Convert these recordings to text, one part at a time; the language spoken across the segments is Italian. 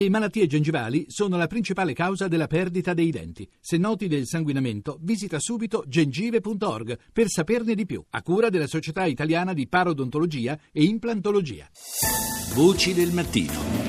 Le malattie gengivali sono la principale causa della perdita dei denti. Se noti del sanguinamento, visita subito gengive.org per saperne di più, a cura della Società Italiana di Parodontologia e Implantologia. Voci del mattino.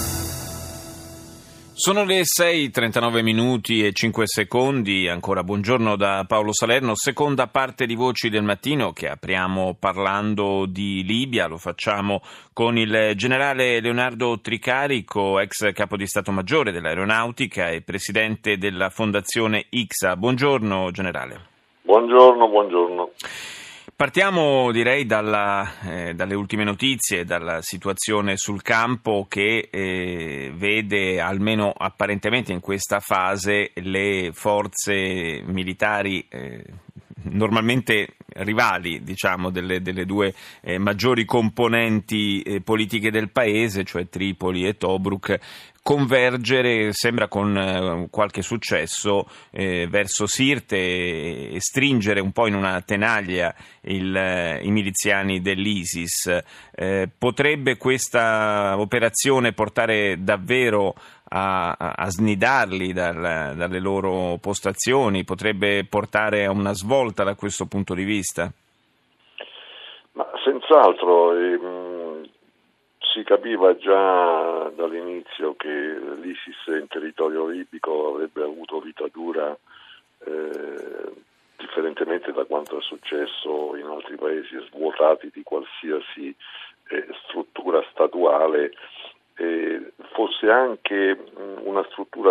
Sono le 6:39 minuti e 5 secondi, ancora buongiorno da Paolo Salerno, seconda parte di Voci del Mattino che apriamo parlando di Libia, lo facciamo con il generale Leonardo Tricarico, ex capo di Stato Maggiore dell'Aeronautica e presidente della Fondazione ICSA. Buongiorno generale. Buongiorno. Partiamo direi dalle ultime notizie, dalla situazione sul campo che vede almeno apparentemente in questa fase le forze militari normalmente rivali, diciamo, delle due maggiori componenti politiche del paese, cioè Tripoli e Tobruk, convergere, sembra con qualche successo, verso Sirte e stringere un po' in una tenaglia i miliziani dell'ISIS. Potrebbe questa operazione portare davvero a snidarli dalle loro postazioni? Potrebbe portare a una svolta da questo punto di vista? Ma senz'altro si capiva già dall'inizio che l'ISIS in territorio libico avrebbe avuto vita dura, differentemente da quanto è successo in altri paesi svuotati di qualsiasi struttura statuale, fosse anche una struttura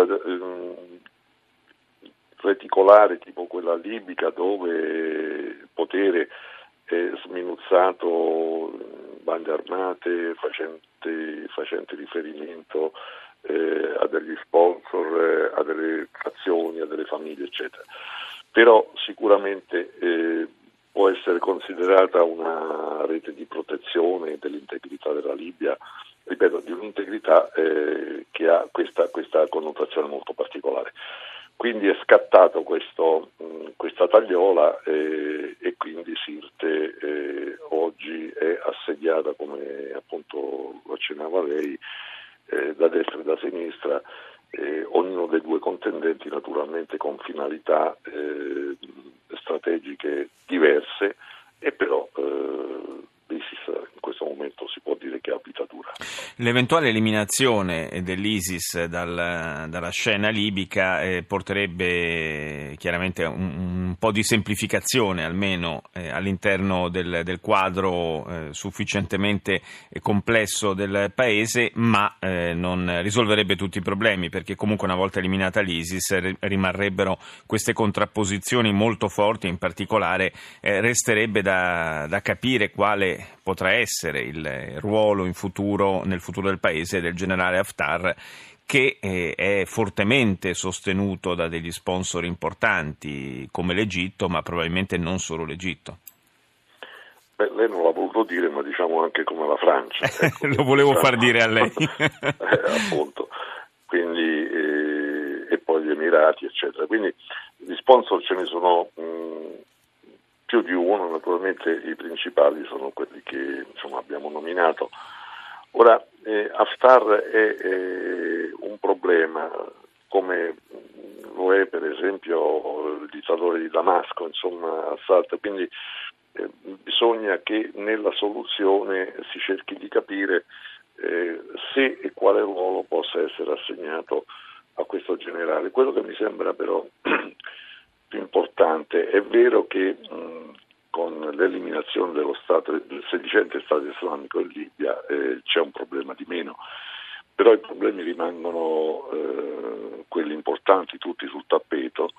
reticolare tipo quella libica, dove il potere è sminuzzato, bande armate facenti riferimento a degli sponsor, a delle fazioni, a delle famiglie, eccetera. Però sicuramente può essere considerata una rete di protezione dell'integrità della Libia, ripeto, di un'integrità che ha questa connotazione molto particolare. Quindi è scattato questa tagliola e quindi Sirte oggi è assediata, come appunto lo accennava lei, da destra e da sinistra, ognuno dei due contendenti naturalmente con finalità strategiche diverse, e però l'ISIS in questo momento si può dire che ha vita dura. L'eventuale eliminazione dell'ISIS dalla scena libica porterebbe chiaramente un po' di semplificazione almeno all'interno del quadro sufficientemente complesso del paese, ma non risolverebbe tutti i problemi, perché comunque una volta eliminata l'ISIS rimarrebbero queste contrapposizioni molto forti. In particolare resterebbe da capire quale potrà essere il ruolo nel futuro del paese del generale Haftar, che è fortemente sostenuto da degli sponsor importanti come l'Egitto, ma probabilmente non solo l'Egitto. Lei non l'ha voluto dire, ma diciamo anche come la Francia. Ecco, Lo volevo far dire a lei. Appunto. Quindi, e poi gli Emirati, eccetera. Quindi gli sponsor ce ne sono più di uno, naturalmente i principali sono quelli che abbiamo nominato. Ora, Haftar è un problema, come lo è per esempio il dittatore di Damasco, Assad, quindi bisogna che nella soluzione si cerchi di capire se e quale ruolo possa essere assegnato a questo generale. Quello che mi sembra però più importante, è vero che con l'eliminazione del sedicente Stato islamico in Libia c'è un problema di meno, però i problemi rimangono quelli importanti, tutti sul tappeto,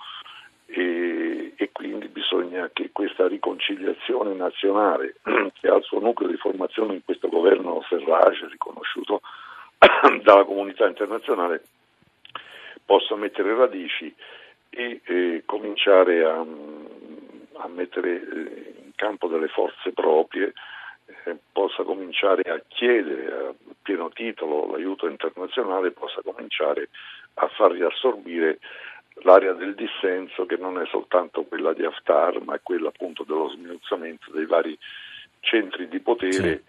e quindi bisogna che questa riconciliazione nazionale, che ha il suo nucleo di formazione in questo governo Serraj, riconosciuto dalla comunità internazionale, possa mettere radici e cominciare a mettere in campo delle forze proprie, possa cominciare a chiedere a pieno titolo l'aiuto internazionale, possa cominciare a far riassorbire l'area del dissenso, che non è soltanto quella di Haftar, ma è quella appunto dello sminuzzamento dei vari centri di potere,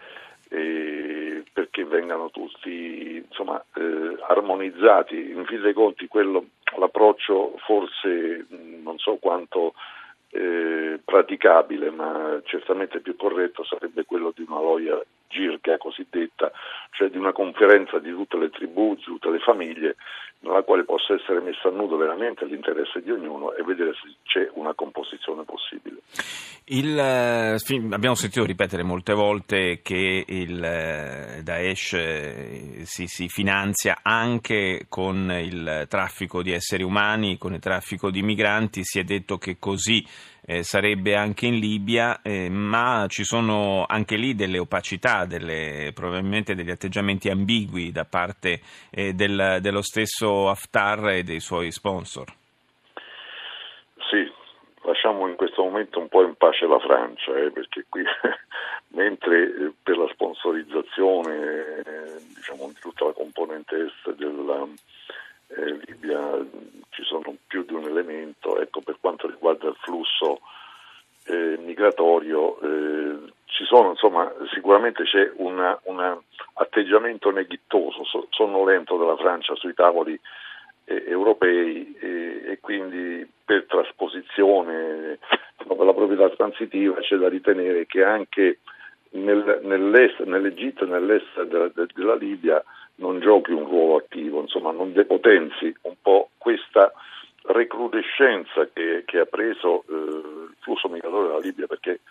perché vengano tutti armonizzati. In fin dei conti l'approccio forse non so quanto praticabile, ma certamente più corretto sarebbe quello di una loia Jirga cosiddetta, cioè di una conferenza di tutte le tribù, di tutte le famiglie, nella quale possa essere messa a nudo veramente l'interesse di ognuno e vedere se c'è una composizione possibile. Abbiamo sentito ripetere molte volte che il Daesh si finanzia anche con il traffico di esseri umani, con il traffico di migranti. Si è detto che così sarebbe anche in Libia, ma ci sono anche lì delle opacità, probabilmente degli atteggiamenti ambigui da parte dello stesso Haftar e dei suoi sponsor. Sì, lasciamo in questo momento un po' in pace la Francia, perché qui mentre per la sponsorizzazione di tutta la componente est della Libia ci sono più di un elemento, ecco, per quanto riguarda il flusso migratorio ci sono, sicuramente c'è un atteggiamento neghettoso, sonnolento della Francia sui tavoli europei e quindi per trasposizione per la proprietà transitiva c'è da ritenere che anche nell'Egitto e nell'est della Libia non giochi un ruolo attivo, non depotenzi un po' questa recrudescenza che ha preso il flusso migratorio dalla Libia,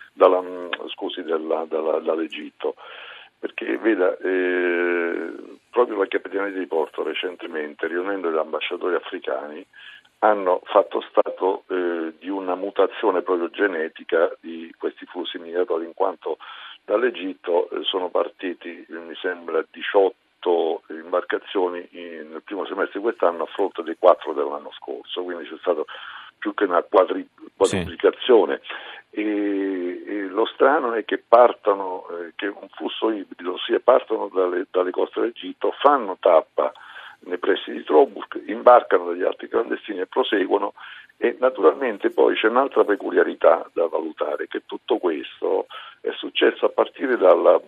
dall'Egitto, perché veda, proprio la Capitaneria di Porto recentemente, riunendo gli ambasciatori africani, hanno fatto stato di una mutazione proprio genetica di questi flussi migratori, in quanto dall'Egitto sono partiti, mi sembra, 18 imbarcazioni nel primo semestre di quest'anno a fronte dei 4 dell'anno scorso, quindi c'è stato più che una quadruplicazione. E lo strano è che partono, che un flusso ibrido, partono dalle coste dell'Egitto, fanno tappa nei pressi di Tobruk, imbarcano dagli altri clandestini e proseguono. E naturalmente poi c'è un'altra peculiarità da valutare, che tutto questo è successo a partire dal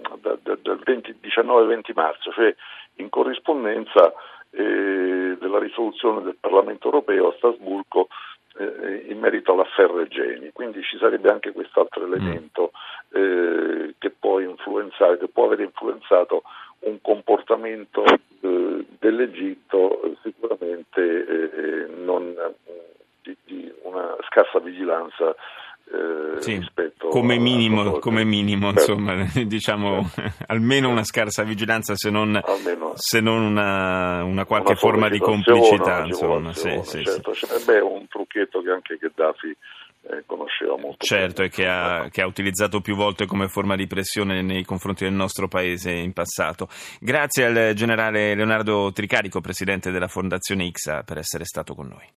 19-20 marzo, cioè in corrispondenza della risoluzione del Parlamento europeo a Strasburgo in merito all'affaire Regeni. Quindi ci sarebbe anche quest'altro elemento che può aver influenzato un comportamento dell'Egitto sicuramente non di una scarsa vigilanza rispetto come minimo diciamo almeno una scarsa vigilanza, se non una qualche forma di complicità, certo. C'è un trucchetto che anche Gheddafi conosceva molto. Certo, e che ha utilizzato più volte come forma di pressione nei confronti del nostro paese in passato. Grazie al generale Leonardo Tricarico, presidente della Fondazione ICSA, per essere stato con noi.